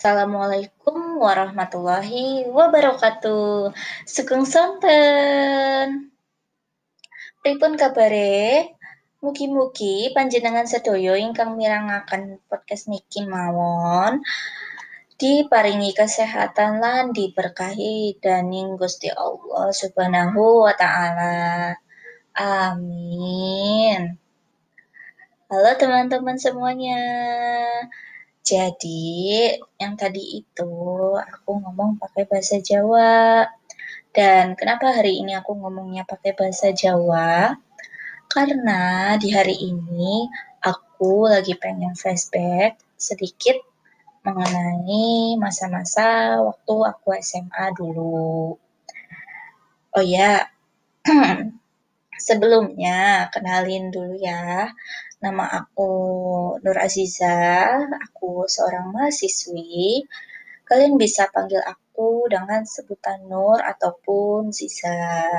Assalamualaikum warahmatullahi wabarakatuh. Sugeng sonten. Pripun kabare? Mugi-mugi panjenengan sedaya ingkang mirengaken podcast niki mawon diparingi kesehatan lan diberkahi dening Gusti Allah Subhanahu wa taala. Amin. Halo teman-teman semuanya. Jadi, yang tadi itu aku ngomong pakai bahasa Jawa. Dan kenapa hari ini aku ngomongnya pakai bahasa Jawa? Karena di hari ini aku lagi pengen flashback sedikit mengenai masa-masa waktu aku SMA dulu. Oh ya, sebelumnya kenalin dulu ya. Nama aku Nur Aziza, aku seorang mahasiswi. Kalian bisa panggil aku dengan sebutan Nur ataupun Ziza.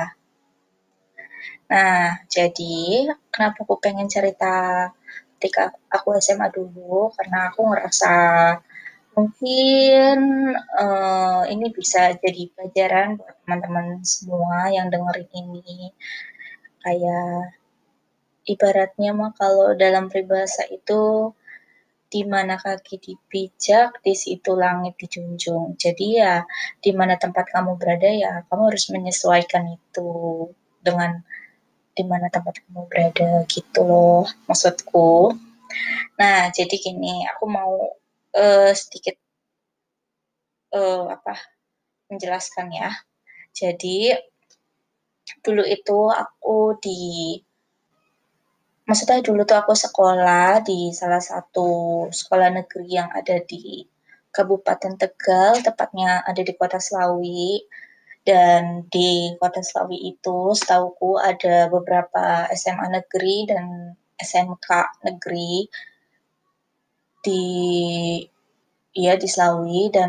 Nah, jadi kenapa aku pengen cerita ketika aku SMA dulu? Karena aku ngerasa mungkin ini bisa jadi pelajaran buat teman-teman semua yang dengerin ini. Kayak ibaratnya mah kalau dalam peribahasa itu di mana kaki dipijak, di situ langit dijunjung. Jadi ya, di mana tempat kamu berada ya, kamu harus menyesuaikan itu dengan di mana tempat kamu berada gitu loh, maksudku. Nah, jadi gini, aku mau sedikit apa menjelaskan ya. Jadi dulu itu aku maksudnya dulu tuh aku sekolah di salah satu sekolah negeri yang ada di Kabupaten Tegal, tepatnya ada di Kota Slawi. Dan di Kota Slawi itu setauku ada beberapa SMA negeri dan SMK negeri di di Slawi, dan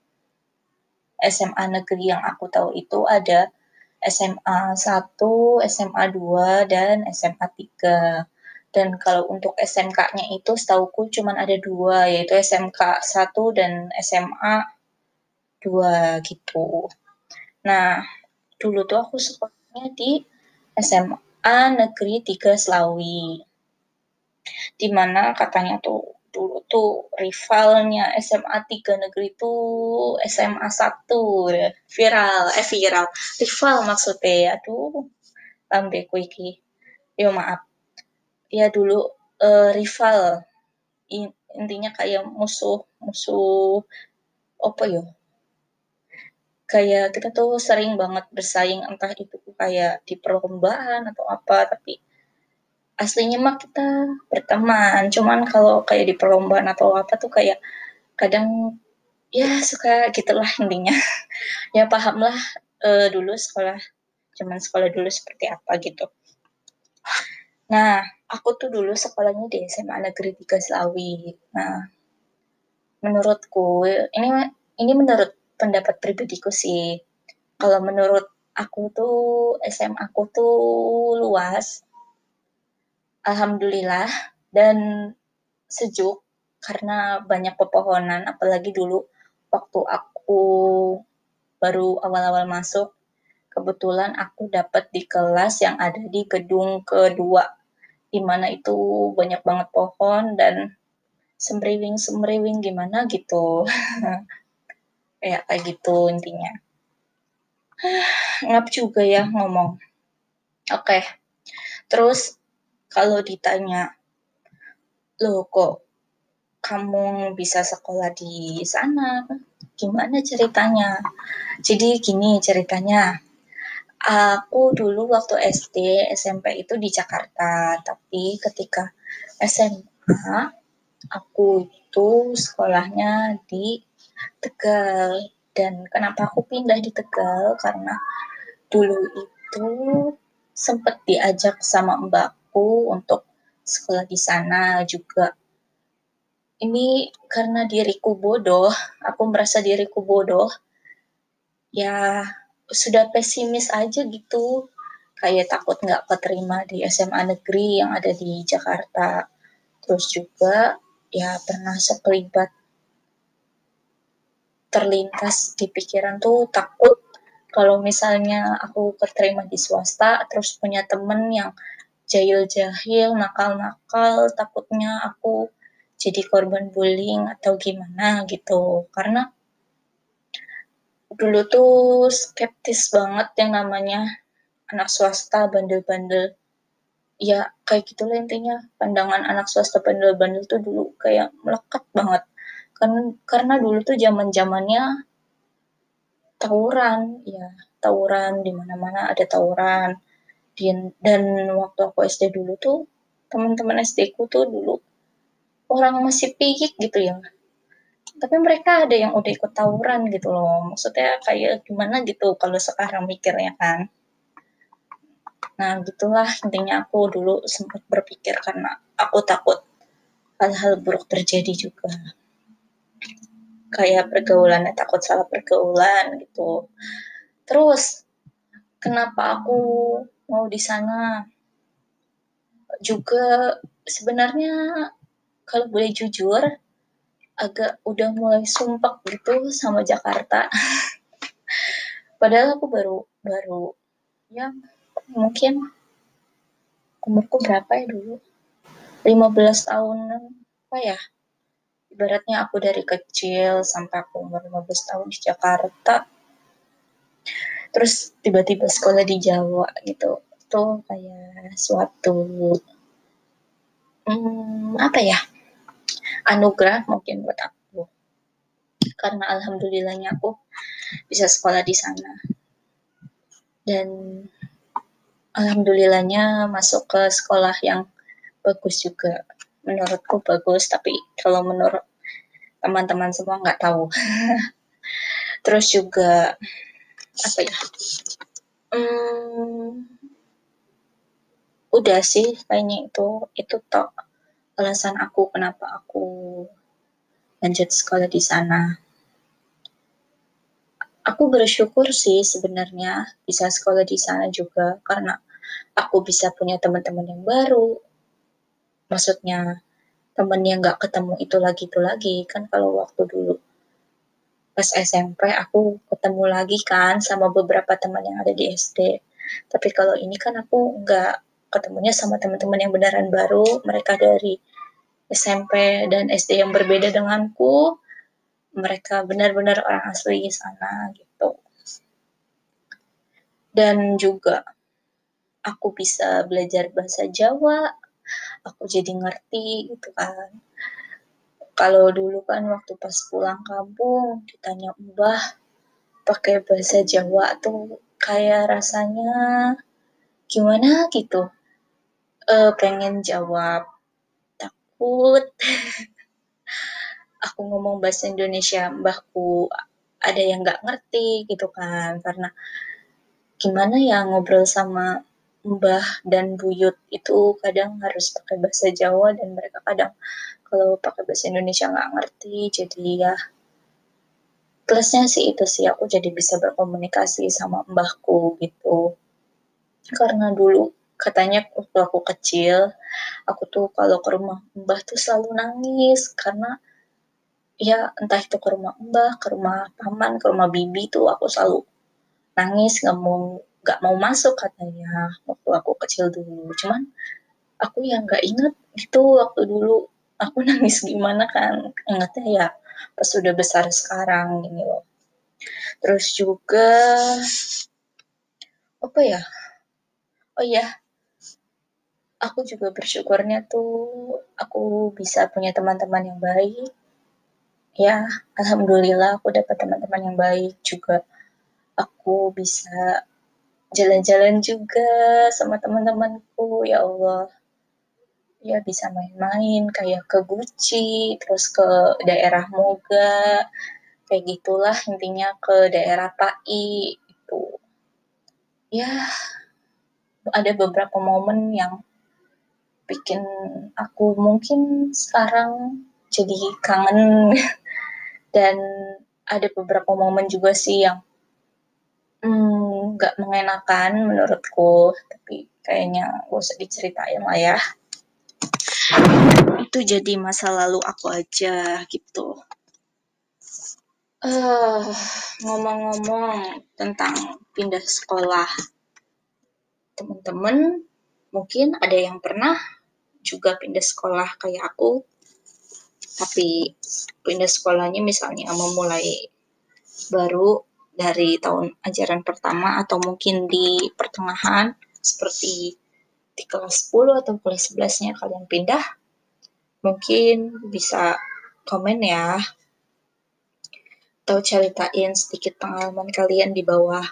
SMA negeri yang aku tahu itu ada SMA 1, SMA 2, dan SMA 3. Dan kalau untuk SMK-nya itu setauku cuma ada 2, yaitu SMK 1 dan SMA 2 gitu. Nah, dulu tuh aku sekolahnya di SMA Negeri 3 Slawi. Dimana katanya tuh dulu tuh rivalnya SMA 3 Negeri tuh SMA 1. Viral. Rival maksudnya. Aduh, lambeku iki. Yo maaf. Ya dulu rival. Intinya kayak musuh apa ya? Kayak kita tuh sering banget bersaing, entah itu kayak di perlombaan atau apa, tapi aslinya mah kita berteman. Cuman kalau kayak di perlombaan atau apa tuh kayak kadang ya suka gitulah intinya. Ya paham lah dulu sekolah dulu seperti apa gitu. Nah, aku tuh dulu sekolahnya di SMA Negeri 3 Slawi. Nah, menurutku ini menurut pendapat pribadiku sih. Kalau menurut aku tuh SMA aku tuh luas, alhamdulillah, dan sejuk karena banyak pepohonan, apalagi dulu waktu aku baru awal-awal masuk, kebetulan aku dapat di kelas yang ada di gedung kedua, di mana itu banyak banget pohon dan semriwing gimana gitu. Kayak gitu intinya. Ngap juga ya ngomong. Oke. Terus kalau ditanya, loh kok kamu bisa sekolah di sana? Gimana ceritanya? Jadi gini ceritanya. Aku dulu waktu SD, SMP itu di Jakarta, tapi ketika SMA aku itu sekolahnya di Tegal. Dan kenapa aku pindah di Tegal? Karena dulu itu sempat diajak sama mbakku untuk sekolah di sana juga. Ini karena diriku bodoh, aku merasa diriku bodoh, ya sudah pesimis aja gitu, kayak takut nggak keterima di SMA negeri yang ada di Jakarta. Terus juga ya pernah sekelibat terlintas di pikiran tuh takut kalau misalnya aku keterima di swasta terus punya temen yang jahil-jahil, nakal-nakal, takutnya aku jadi korban bullying atau gimana gitu. Karena dulu tuh skeptis banget yang namanya anak swasta bandel-bandel. Ya kayak gitulah intinya, pandangan anak swasta bandel-bandel tuh dulu kayak melekat banget. Karena dulu tuh zaman-zamannya tawuran, ya tawuran di mana-mana ada tawuran. Dan waktu aku SD dulu tuh teman-teman SD ku tuh dulu orang masih piyik gitu ya, tapi mereka ada yang udah ikut tawuran gitu loh, maksudnya kayak gimana gitu kalau sekarang mikirnya kan. Nah gitulah intinya, aku dulu sempat berpikir karena aku takut hal-hal buruk terjadi juga, kayak pergaulannya takut salah pergaulan gitu. Terus kenapa aku mau di sana juga sebenarnya, kalau boleh jujur agak udah mulai sumpek gitu sama Jakarta. Padahal aku baru baru ya mungkin umurku berapa ya dulu, 15 tahunan apa ya, ibaratnya aku dari kecil sampai aku umur 15 tahun di Jakarta, terus tiba-tiba sekolah di Jawa gitu, itu kayak suatu apa ya, anugerah mungkin buat aku, karena alhamdulillahnya aku bisa sekolah di sana, dan alhamdulillahnya masuk ke sekolah yang bagus juga, menurutku bagus, tapi kalau menurut teman-teman semua nggak tahu. Terus juga apa ya, hmm, udah sih kayaknya itu tok alasan aku kenapa aku lanjut sekolah di sana. Aku bersyukur sih sebenarnya bisa sekolah di sana juga, karena aku bisa punya teman-teman yang baru, maksudnya temen yang nggak ketemu itu lagi kan. Kalau waktu dulu pas SMP aku ketemu lagi kan sama beberapa teman yang ada di SD, tapi kalau ini kan aku nggak ketemunya sama teman-teman yang beneran baru, mereka dari SMP dan SD yang berbeda denganku, mereka benar-benar orang asli di sana gitu. Dan juga aku bisa belajar bahasa Jawa, aku jadi ngerti gitu kan. Kalau dulu kan waktu pas pulang kampung ditanya Mbah pakai bahasa Jawa tuh kayak rasanya gimana gitu. Pengen jawab, takut aku ngomong bahasa Indonesia mbahku ada yang nggak ngerti gitu kan, karena gimana ya ngobrol sama mbah dan buyut itu kadang harus pakai bahasa Jawa, dan mereka kadang kalau pakai bahasa Indonesia nggak ngerti. Jadi ya plusnya sih itu sih, aku jadi bisa berkomunikasi sama mbahku gitu. Karena dulu katanya waktu aku kecil, aku tuh kalau ke rumah mbah tuh selalu nangis, karena ya entah itu ke rumah mbah, ke rumah paman, ke rumah bibi tuh aku selalu nangis, nggak mau masuk katanya waktu aku kecil dulu. Cuman aku yang nggak inget itu waktu dulu aku nangis gimana kan, ingetnya ya pas sudah besar sekarang gini loh. Terus juga apa ya, oh iya, aku juga bersyukurnya tuh aku bisa punya teman-teman yang baik ya. Alhamdulillah aku dapat teman-teman yang baik juga, aku bisa jalan-jalan juga sama teman-temanku, ya Allah, ya bisa main-main kayak ke Guci, terus ke daerah Moga, kayak gitulah intinya, ke daerah PAI itu. Ya ada beberapa momen yang bikin aku mungkin sekarang jadi kangen. Dan ada beberapa momen juga sih yang nggak mengenakan menurutku, tapi kayaknya gak usah diceritain lah ya, itu jadi masa lalu aku aja gitu. Eh, ngomong-ngomong tentang pindah sekolah, teman-teman mungkin ada yang pernah juga pindah sekolah kayak aku, tapi pindah sekolahnya misalnya memulai baru dari tahun ajaran pertama atau mungkin di pertengahan seperti di kelas 10 atau kelas 11-nya kalian pindah, mungkin bisa komen ya atau ceritain sedikit pengalaman kalian di bawah.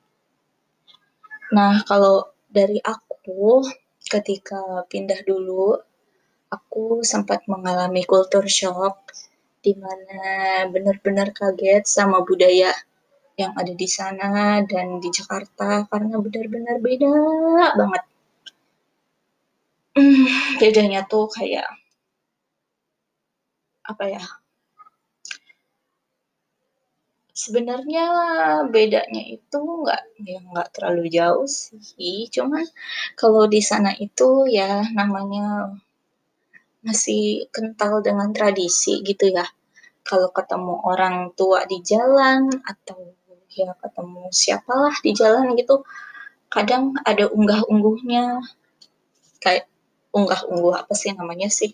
Nah, kalau dari aku ketika pindah dulu, aku sempat mengalami culture shock di mana benar-benar kaget sama budaya yang ada di sana dan di Jakarta karena benar-benar beda banget. Bedanya tuh kayak apa ya? Sebenarnya bedanya itu nggak terlalu jauh sih. Cuman kalau di sana itu ya namanya masih kental dengan tradisi gitu ya. Kalau ketemu orang tua di jalan atau ya ketemu siapalah di jalan gitu, kadang ada unggah-ungguhnya kayak unggah-ungguh apa sih namanya sih?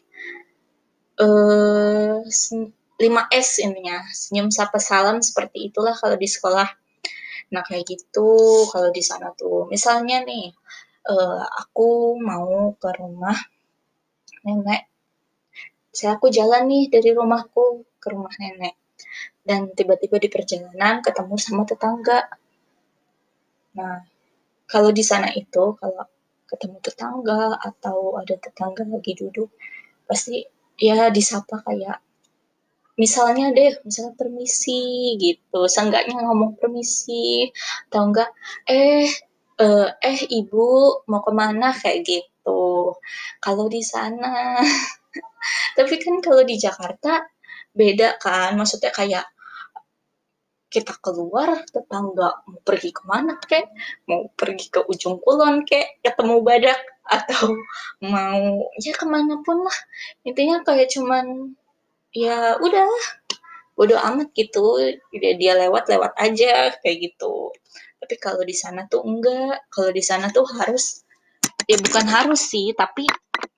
5S intinya, senyum sapa salam seperti itulah kalau di sekolah. Nah kayak gitu kalau di sana tuh. Misalnya nih, aku mau ke rumah nenek. Aku jalan nih dari rumahku ke rumah nenek. Dan tiba-tiba di perjalanan ketemu sama tetangga. Nah, kalau di sana itu, kalau ketemu tetangga atau ada tetangga lagi duduk, pasti ya disapa kayak misalnya deh, misalnya permisi gitu, seenggaknya ngomong permisi, atau enggak, eh, ibu mau kemana kayak gitu. Kalau di sana, tapi kan kalau di Jakarta beda kan, maksudnya kayak kita keluar tetangga mau pergi kemana kek, mau pergi ke ujung kulon kek, ketemu badak atau mau ya kemana pun lah, intinya kayak cuman ya udah bodo amat gitu, dia lewat lewat aja kayak gitu. Tapi kalau di sana tuh enggak, kalau di sana tuh harus, ya bukan harus sih tapi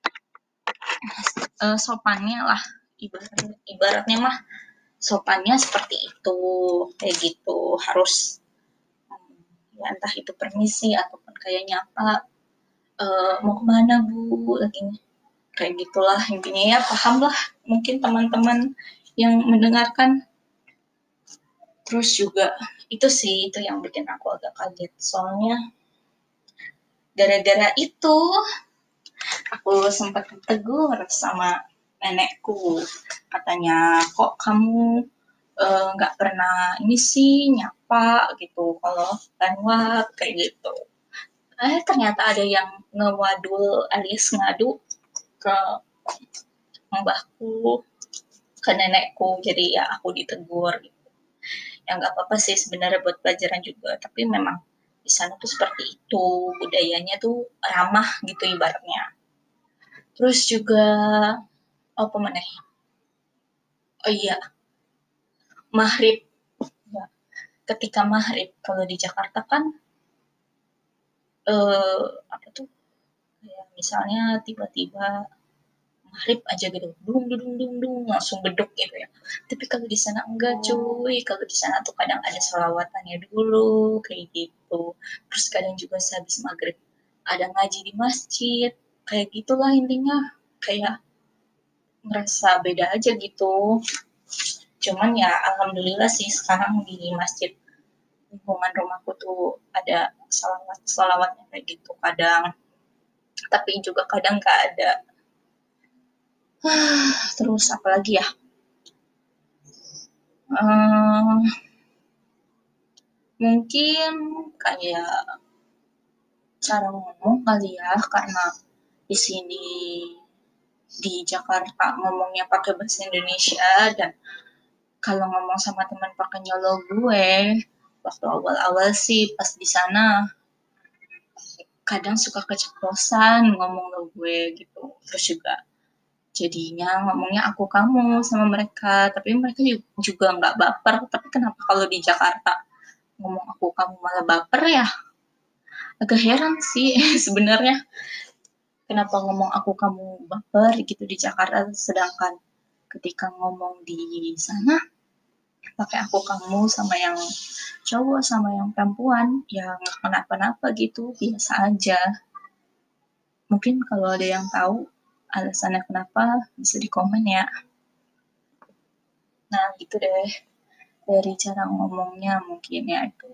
sopannya lah, ibaratnya mah sopannya seperti itu, kayak gitu harus, ya entah itu permisi ataupun kayak nyapa, mau kemana bu lagi, kayak gitulah intinya, ya paham lah mungkin teman-teman yang mendengarkan. Terus juga itu sih, itu yang bikin aku agak kaget soalnya gara-gara itu aku sempat ditegur sama nenekku, katanya kok kamu nggak pernah ini sih nyapa gitu kalau lewat kayak gitu. Ternyata ada yang ngewadul alias ngadu ke mbahku, ke nenekku, jadi ya aku ditegur gitu. Ya nggak apa-apa sih sebenarnya, buat pelajaran juga, tapi memang di sana tuh seperti itu, budayanya tuh ramah gitu ibaratnya. Terus juga apa mana, oh iya, maghrib ya. Ketika maghrib kalau di Jakarta kan apa tuh, kayak misalnya tiba-tiba maghrib aja gitu, dung dung dung dung langsung beduk gitu ya. Tapi kalau di sana enggak cuy, kalau di sana tuh kadang ada selawatannya dulu kayak gitu. Terus kadang juga sehabis maghrib ada ngaji di masjid, kayak gitulah intinya, kayak ngerasa beda aja gitu. Cuman ya alhamdulillah sih sekarang di masjid lingkungan rumahku tuh ada salawatnya kayak gitu kadang, tapi juga kadang nggak ada. Terus apalagi ya, hmm, mungkin kayak cara ngomong kali ya, karena di sini di Jakarta ngomongnya pakai bahasa Indonesia, dan kalau ngomong sama teman pakainya lo gue, waktu awal-awal sih pas di sana kadang suka keceplosan ngomong lo gue gitu. Terus juga jadinya ngomongnya aku kamu sama mereka, tapi mereka juga nggak baper. Tapi kenapa kalau di Jakarta ngomong aku kamu malah baper ya? Agak heran sih sebenarnya, kenapa ngomong aku kamu baper gitu di Jakarta, sedangkan ketika ngomong di sana pakai aku kamu sama yang cowok sama yang perempuan ya nggak kenapa-napa gitu, biasa aja. Mungkin kalau ada yang tahu alasannya kenapa bisa di komen ya. Nah gitu deh, dari cara ngomongnya mungkin ya itu.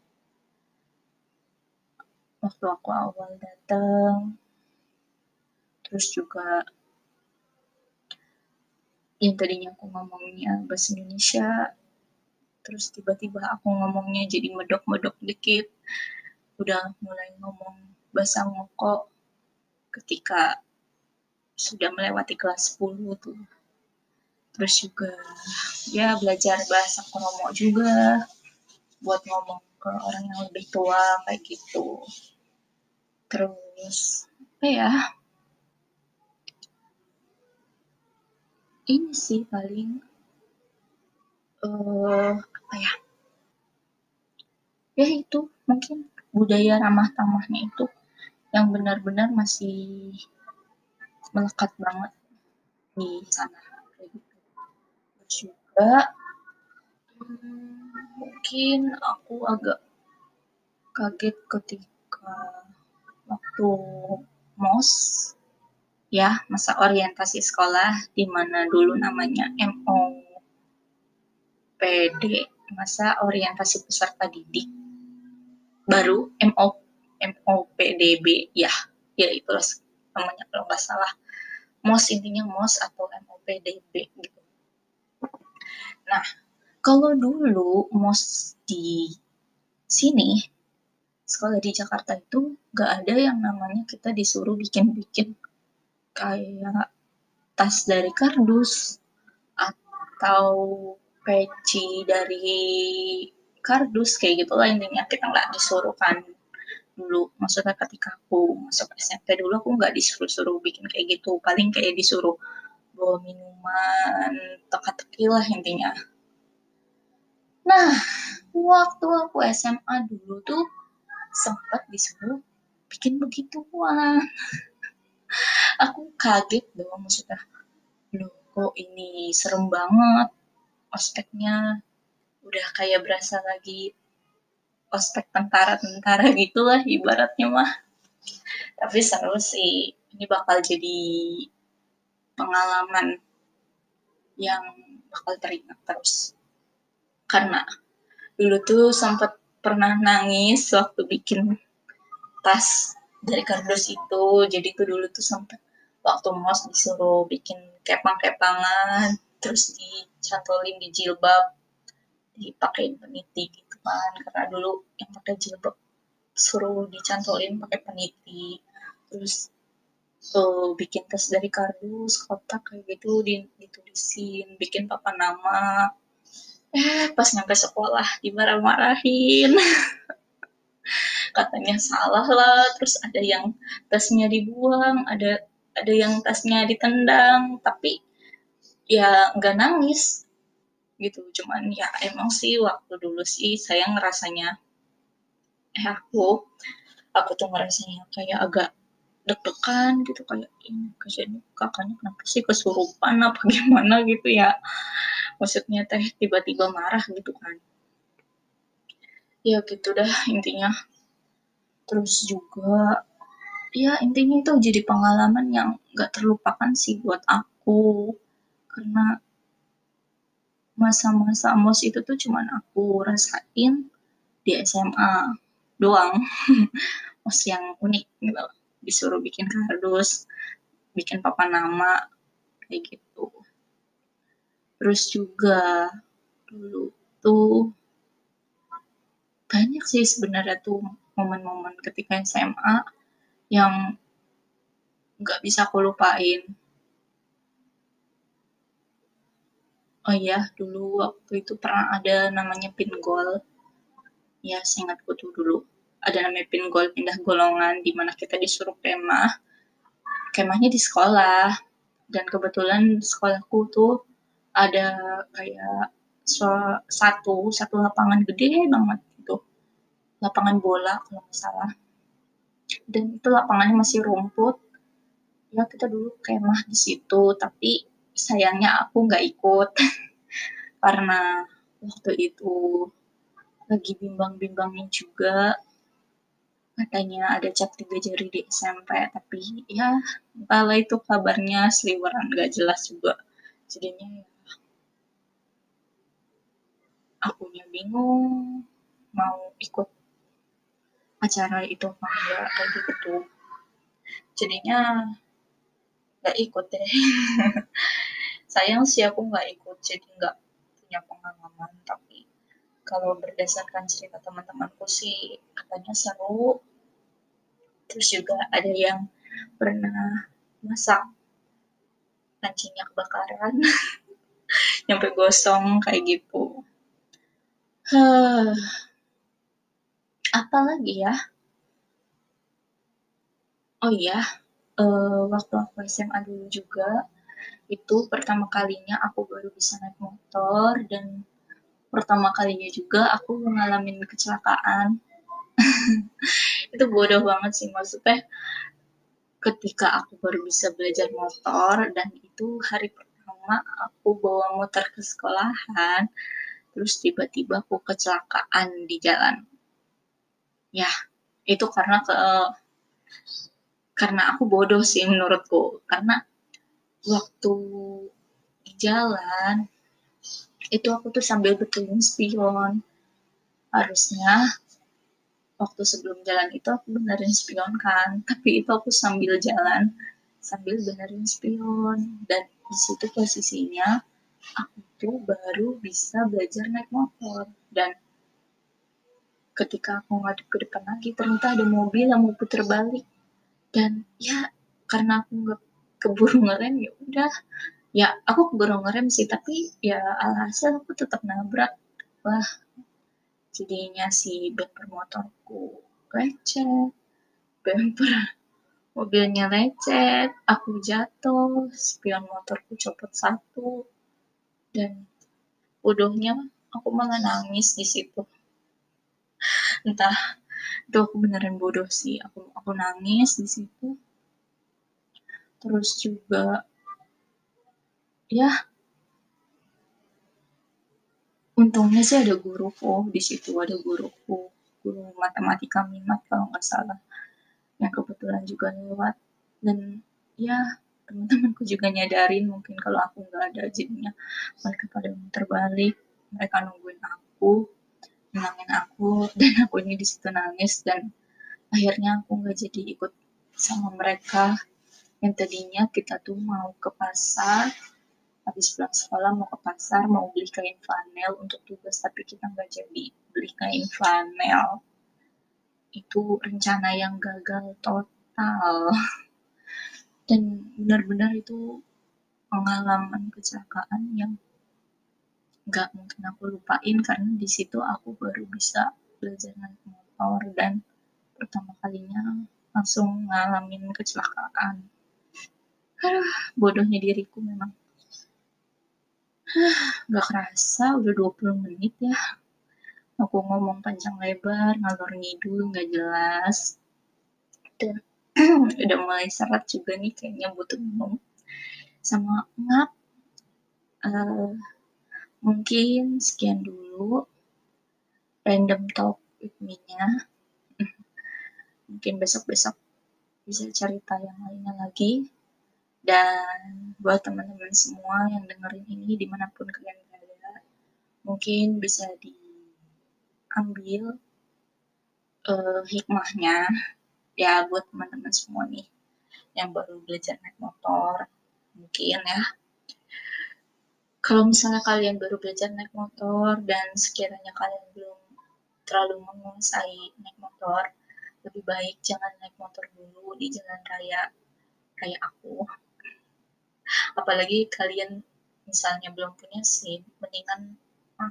Waktu aku awal datang, terus juga yang tadinya aku ngomongnya bahasa Indonesia, terus tiba-tiba aku ngomongnya jadi medok-medok dikit, udah mulai ngomong bahasa ngoko ketika sudah melewati kelas 10 tuh. Terus juga ya belajar bahasa Kromo juga buat ngomong ke orang yang lebih tua kayak gitu. Terus apa ya, ini sih paling apa ya, ya itu mungkin budaya ramah tamahnya itu yang benar-benar masih melekat banget di sana kayak gitu. Terus juga mungkin aku agak kaget ketika waktu MOS, ya masa orientasi sekolah, di mana dulu namanya MOPD, masa orientasi peserta didik, baru MOPDB, ya itu namanya kalau nggak salah. MOS intinya MOS atau MOPDB gitu. Nah kalau dulu MOS di sini, sekolah di Jakarta itu nggak ada yang namanya kita disuruh bikin-bikin kayak tas dari kardus atau peci dari kardus kayak gitulah, intinya kita nggak disuruh kan dulu. Maksudnya ketika aku masuk SMP dulu aku nggak disuruh-suruh bikin kayak gitu, paling kayak disuruh bawa minuman, teka-teki lah intinya. Nah waktu aku SMA dulu tuh sempat disuruh bikin begituan. Aku kaget dong, maksudnya loh kok ini serem banget ospeknya, udah kayak berasa lagi ospek tentara-tentara gitulah ibaratnya mah. Tapi seru sih, ini bakal jadi pengalaman yang bakal teringat terus. Karena dulu tuh sempat pernah nangis waktu bikin tas dari kardus itu. Jadi tuh dulu tuh sempat waktu MOS disuruh bikin kepang-kepangan, terus dicantolin di jilbab, dipakein peniti gitu kan. Karena dulu yang pakai jilbab suruh dicantolin pakai peniti. Terus bikin tas dari kardus kotak kayak gitu, ditulisin, bikin papan nama. Pas nyampe sekolah dimarah-marahin. Katanya salah lah, terus ada yang tasnya dibuang, ada yang tasnya ditendang, tapi ya nggak nangis gitu. Cuman ya emang sih waktu dulu sih saya ngerasanya, aku tuh ngerasanya kayak agak deg-degan gitu, kayak ini kejadian kakaknya kenapa sih kesurupan apa gimana gitu ya, maksudnya teh tiba-tiba marah gitu kan. Ya gitu dah intinya. Terus juga ya intinya itu jadi pengalaman yang gak terlupakan sih buat aku, karena masa-masa MOS itu tuh cuman aku rasain di SMA doang. MOS yang unik gitu, disuruh bikin kardus, bikin papan nama kayak gitu. Terus juga dulu tuh banyak sih sebenarnya tuh momen-momen ketika SMA yang nggak bisa aku lupain. Oh iya, dulu waktu itu pernah ada namanya pingol. Ya, seingatku tuh dulu ada namanya pinggol, pindah golongan, di mana kita disuruh kemah. Kemahnya di sekolah. Dan kebetulan sekolahku tuh ada kayak satu lapangan gede banget gitu, lapangan bola kalau nggak salah. Dan itu lapangannya masih rumput. Ya kita dulu kemah di situ, tapi sayangnya aku nggak ikut karena waktu itu lagi bimbang-bimbangnya juga, katanya ada cap 3 jari di SMP, tapi ya kala itu kabarnya seliweran gak jelas juga. Jadinya ya akunya bingung mau ikut acara itu apa enggak kayak gitu. Jadinya gak ikut deh. Sayang sih aku gak ikut, jadi gak punya pengalaman. Tapi kalau berdasarkan cerita teman-temanku sih katanya seru. Terus juga ada yang pernah masak pancinya kebakaran nyampe gosong kayak gitu. Huh, apa lagi ya? Oh iya, waktu aku SMA dulu juga, itu pertama kalinya aku baru bisa naik motor dan pertama kalinya juga aku mengalami kecelakaan. Itu bodoh banget sih, maksudnya ketika aku baru bisa belajar motor dan itu hari pertama aku bawa motor ke sekolahan, terus tiba-tiba aku kecelakaan di jalan. Ya, itu karena aku bodoh sih menurutku. Karena waktu di jalan itu aku tuh sambil betulin spion. Harusnya waktu sebelum jalan itu aku benerin spion kan, tapi itu aku sambil jalan sambil benerin spion. Dan di situ posisinya aku tuh baru bisa belajar naik motor. Dan ketika aku ngadep ke depan lagi ternyata ada mobil yang mau puter balik. Dan ya karena aku nggak keburu ngerem, ya udah, ya aku keburu ngerem sih, tapi ya alhasil aku tetap nabrak. Wah, jadinya si bumper motorku lecet, bumper mobilnya lecet, aku jatuh, spion motorku copot satu. Dan bodohnya aku malah nangis di situ. Entah, itu aku beneran bodoh sih, aku nangis di situ. Terus juga ya untungnya sih ada guruku di situ, ada guruku, guru matematika minat kalau nggak salah, yang kebetulan juga lewat. Dan ya teman-temanku juga nyadarin mungkin kalau aku nggak ada, jadinya mereka pada muter balik, mereka nungguin aku, nenangin aku, dan aku ini di situ nangis. Dan akhirnya aku nggak jadi ikut sama mereka. Yang tadinya kita tuh mau ke pasar, habis pulang sekolah mau ke pasar mau beli kain flanel untuk tugas, tapi kita nggak jadi beli kain flanel. Itu rencana yang gagal total. Dan benar-benar itu pengalaman kecelakaan yang nggak mungkin aku lupain, karena di situ aku baru bisa belajar naik motor dan pertama kalinya langsung ngalamin kecelakaan. Bodohnya diriku memang. Nggak kerasa udah 20 menit ya. Aku ngomong panjang lebar, ngalor ngidul, nggak jelas. Dan udah mulai seret juga nih, kayaknya butuh minum sama ngap. Uh, Mungkin sekian dulu random talk with me-nya. Mungkin besok-besok bisa cerita yang lainnya lagi. Dan buat teman-teman semua yang dengerin ini dimanapun kalian berada, mungkin bisa diambil hikmahnya ya buat teman-teman semua nih yang baru belajar naik motor. Mungkin ya, kalau misalnya kalian baru belajar naik motor dan sekiranya kalian belum terlalu menguasai naik motor, lebih baik jangan naik motor dulu di jalan raya kayak aku. Apalagi kalian misalnya belum punya SIM, mendingan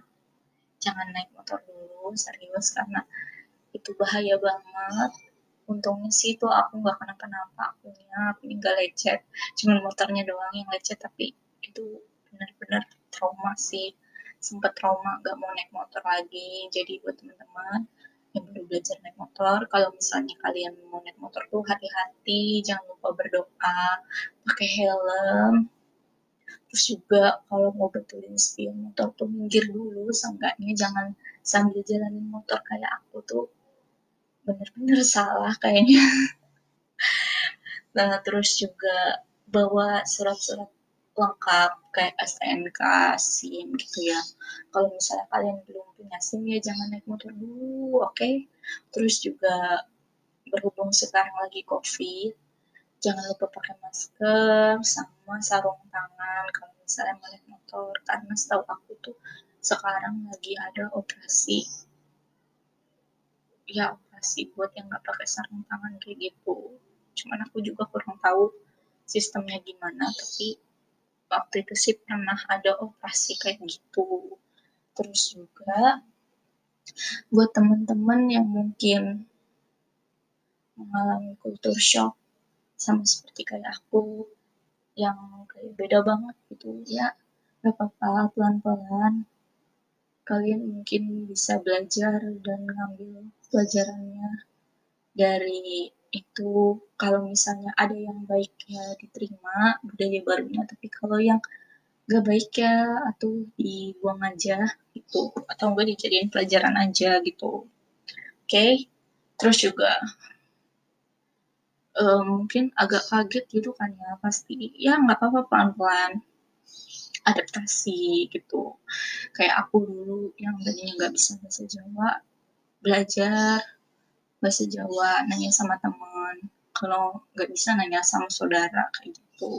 jangan naik motor dulu, serius, karena itu bahaya banget untungnya sih tuh aku nggak kenapa-napa, akunya nggak lecet, cuma motornya doang yang lecet, tapi itu benar-benar trauma sih, sempat trauma nggak mau naik motor lagi. Jadi buat teman-teman yang baru belajar naik motor, kalau misalnya kalian mau naik motor tuh hati-hati, jangan lupa berdoa, pakai helm. Terus juga kalau mau betulin spion motor tuh minggir dulu, seenggaknya jangan sambil jalanin motor kayak aku tuh bener-bener salah kayaknya. Nah, terus juga bawa surat-surat lengkap kayak STNK, SIM gitu ya. Kalau misalnya kalian belum punya SIM ya jangan naik motor dulu, oke? Okay? Terus juga berhubung sekarang lagi COVID, jangan lupa pakai masker sama sarung tangan kalau misalnya mau naik motor, karena setahu aku tuh sekarang lagi ada operasi, ya operasi buat yang nggak pakai sarung tangan kayak gitu. Cuman aku juga kurang tahu sistemnya gimana, tapi waktu itu sih pernah ada operasi kayak gitu. Terus juga buat teman-teman yang mungkin mengalami culture shock sama seperti kayak aku yang kayak beda banget gitu ya, gak apa-apa, pelan-pelan kalian mungkin bisa belajar dan ngambil pelajarannya dari itu. Kalau misalnya ada yang baik ya diterima budaya barunya, tapi kalau yang gak baik ya atau dibuang aja gitu, atau enggak dijadiin pelajaran aja gitu. Oke, okay? Terus juga mungkin agak kaget gitu kan ya, pasti ya nggak apa-apa, pelan-pelan adaptasi gitu. Kayak aku dulu yang tadinya nggak bisa bahasa Jawa, belajar bahasa Jawa, nanya sama teman, kalau nggak bisa nanya sama saudara kayak gitu.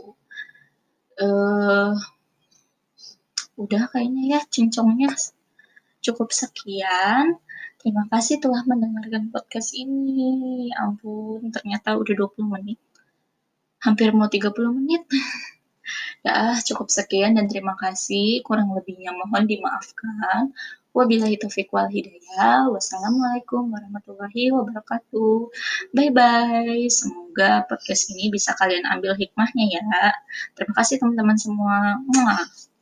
Udah kayaknya ya cincongnya cukup sekian. Terima kasih telah mendengarkan podcast ini. Ampun, ternyata udah 20 menit. Hampir mau 30 menit. Ya, cukup sekian dan terima kasih. Kurang lebihnya mohon dimaafkan. Wabillahi taufiq wal hidayah. Wassalamualaikum warahmatullahi wabarakatuh. Bye-bye. Semoga podcast ini bisa kalian ambil hikmahnya ya. Terima kasih teman-teman semua. Muah.